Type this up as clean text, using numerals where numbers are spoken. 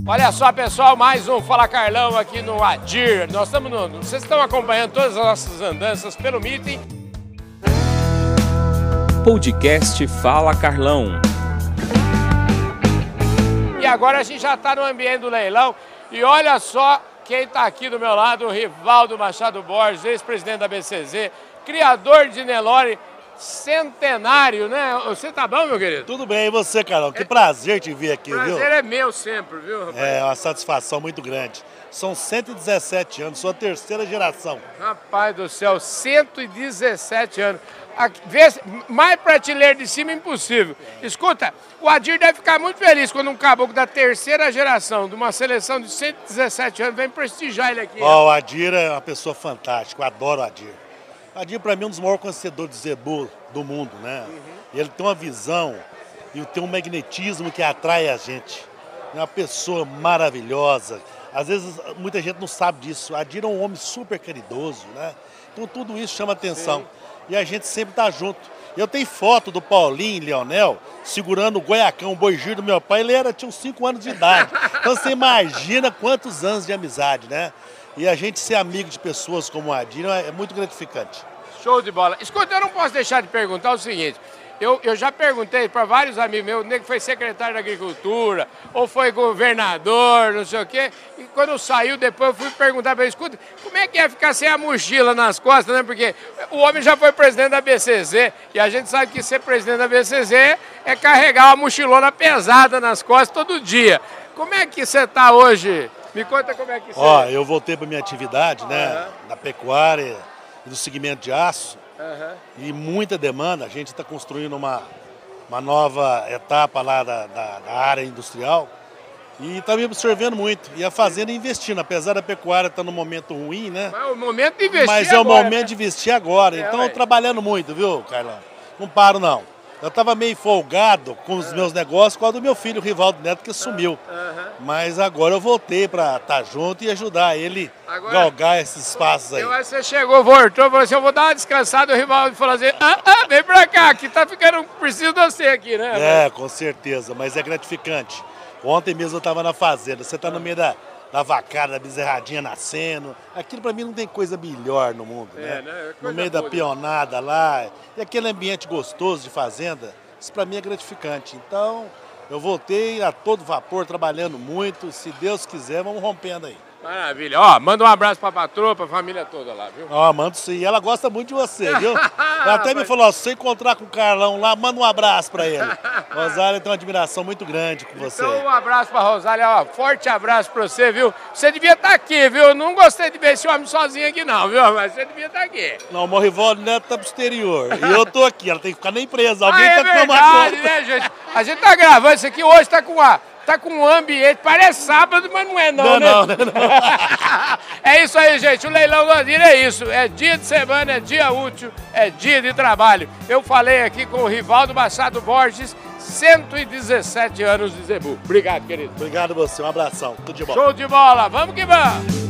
Olha só, pessoal, mais um Fala Carlão aqui no Adir. Nós estamos vocês estão acompanhando todas as nossas andanças pelo meeting. Podcast Fala Carlão. E agora a gente já está no ambiente do leilão. E olha só quem está aqui do meu lado, o Rivaldo Machado Borges, ex-presidente da BCZ, criador de Nelore, centenário, né? Você tá bom, meu querido? Tudo bem, e você, Carlão? Que prazer te ver aqui, Prazer viu? Prazer é meu sempre, viu, rapaz? É uma satisfação muito grande. São 117 anos, sou a terceira geração. Rapaz do céu, 117 anos. Mais prateleira de cima, impossível. Escuta, o Adir deve ficar muito feliz quando um caboclo da terceira geração, de uma seleção de 117 anos, vem prestigiar ele aqui. O Adir é uma pessoa fantástica, eu adoro o Adir. O Adir, para mim, é um dos maiores conhecedores de zebu do mundo, né? Ele tem uma visão e tem um magnetismo que atrai a gente. É uma pessoa maravilhosa. Às vezes, muita gente não sabe disso. O Adir é um homem super caridoso, né? Então, tudo isso chama atenção. Sim. E a gente sempre tá junto. Eu tenho foto do Paulinho e Leonel segurando o goiacão, o boi giro do meu pai. Tinha uns 5 anos de idade. Então, você imagina quantos anos de amizade, né? E a gente ser amigo de pessoas como o Adir é muito gratificante. Show de bola. Escuta, eu não posso deixar de perguntar o seguinte. Eu já perguntei para vários amigos meus, o nego foi secretário da Agricultura, ou foi governador, não sei o quê. E quando saiu depois, eu fui perguntar para ele, escuta, como é que é ficar sem a mochila nas costas, né? Porque o homem já foi presidente da BCZ, e a gente sabe que ser presidente da BCZ é carregar uma mochilona pesada nas costas todo dia. Como é que você está hoje? Me conta como é que você... Eu voltei para minha atividade, né, na pecuária e no segmento de aço, e muita demanda. A gente está construindo uma nova etapa lá da área industrial e está me absorvendo muito. E a fazenda investindo, apesar da pecuária estar num momento ruim, né? Mas é o momento de investir Mas é o momento de investir agora. Então, trabalhando muito, viu, Carlão? Não paro, não. Eu estava meio folgado com os meus negócios por causa do meu filho, o Rivaldo Neto, que sumiu. Mas agora eu voltei para estar junto e ajudar ele a galgar esses espaços aí. Eu acho que você chegou, voltou, falou assim, eu vou dar uma descansada. O Rivaldo falou assim, vem pra cá, que tá ficando, preciso de você aqui, né? É, com certeza, mas é gratificante. Ontem mesmo eu estava na fazenda, você está no meio da vacada, da bezerradinha nascendo. Aquilo para mim não tem coisa melhor no mundo, né? No meio da pionada lá, e aquele ambiente gostoso de fazenda, isso para mim é gratificante. Então, eu voltei a todo vapor, trabalhando muito. Se Deus quiser, vamos rompendo aí. Maravilha. Ó, manda um abraço pra patroa, pra família toda lá, viu? Mando sim. Ela gosta muito de você, viu? Ela até me falou, se você encontrar com o Carlão lá, manda um abraço pra ele. Rosália tem uma admiração muito grande com você. Então, um abraço pra Rosália, ó, forte abraço pra você, viu? Você devia estar aqui, viu? Eu não gostei de ver esse homem sozinho aqui não, viu? Mas você devia estar aqui. Não, o meu Rivaldo Neto tá pro exterior. E eu tô aqui, ela tem que ficar na empresa. Alguém é tá tomando verdade, conta. né, gente? A gente tá gravando isso aqui hoje, tá com um ambiente, parece sábado, mas não é não, né? Não. É isso aí, gente, o leilão do Adir é isso, é dia de semana, é dia útil, é dia de trabalho. Eu falei aqui com o Rivaldo Machado Borges, 117 anos de zebu. Obrigado, querido. Obrigado a você, um abração, tudo de bom. Show de bola, vamos que vamos!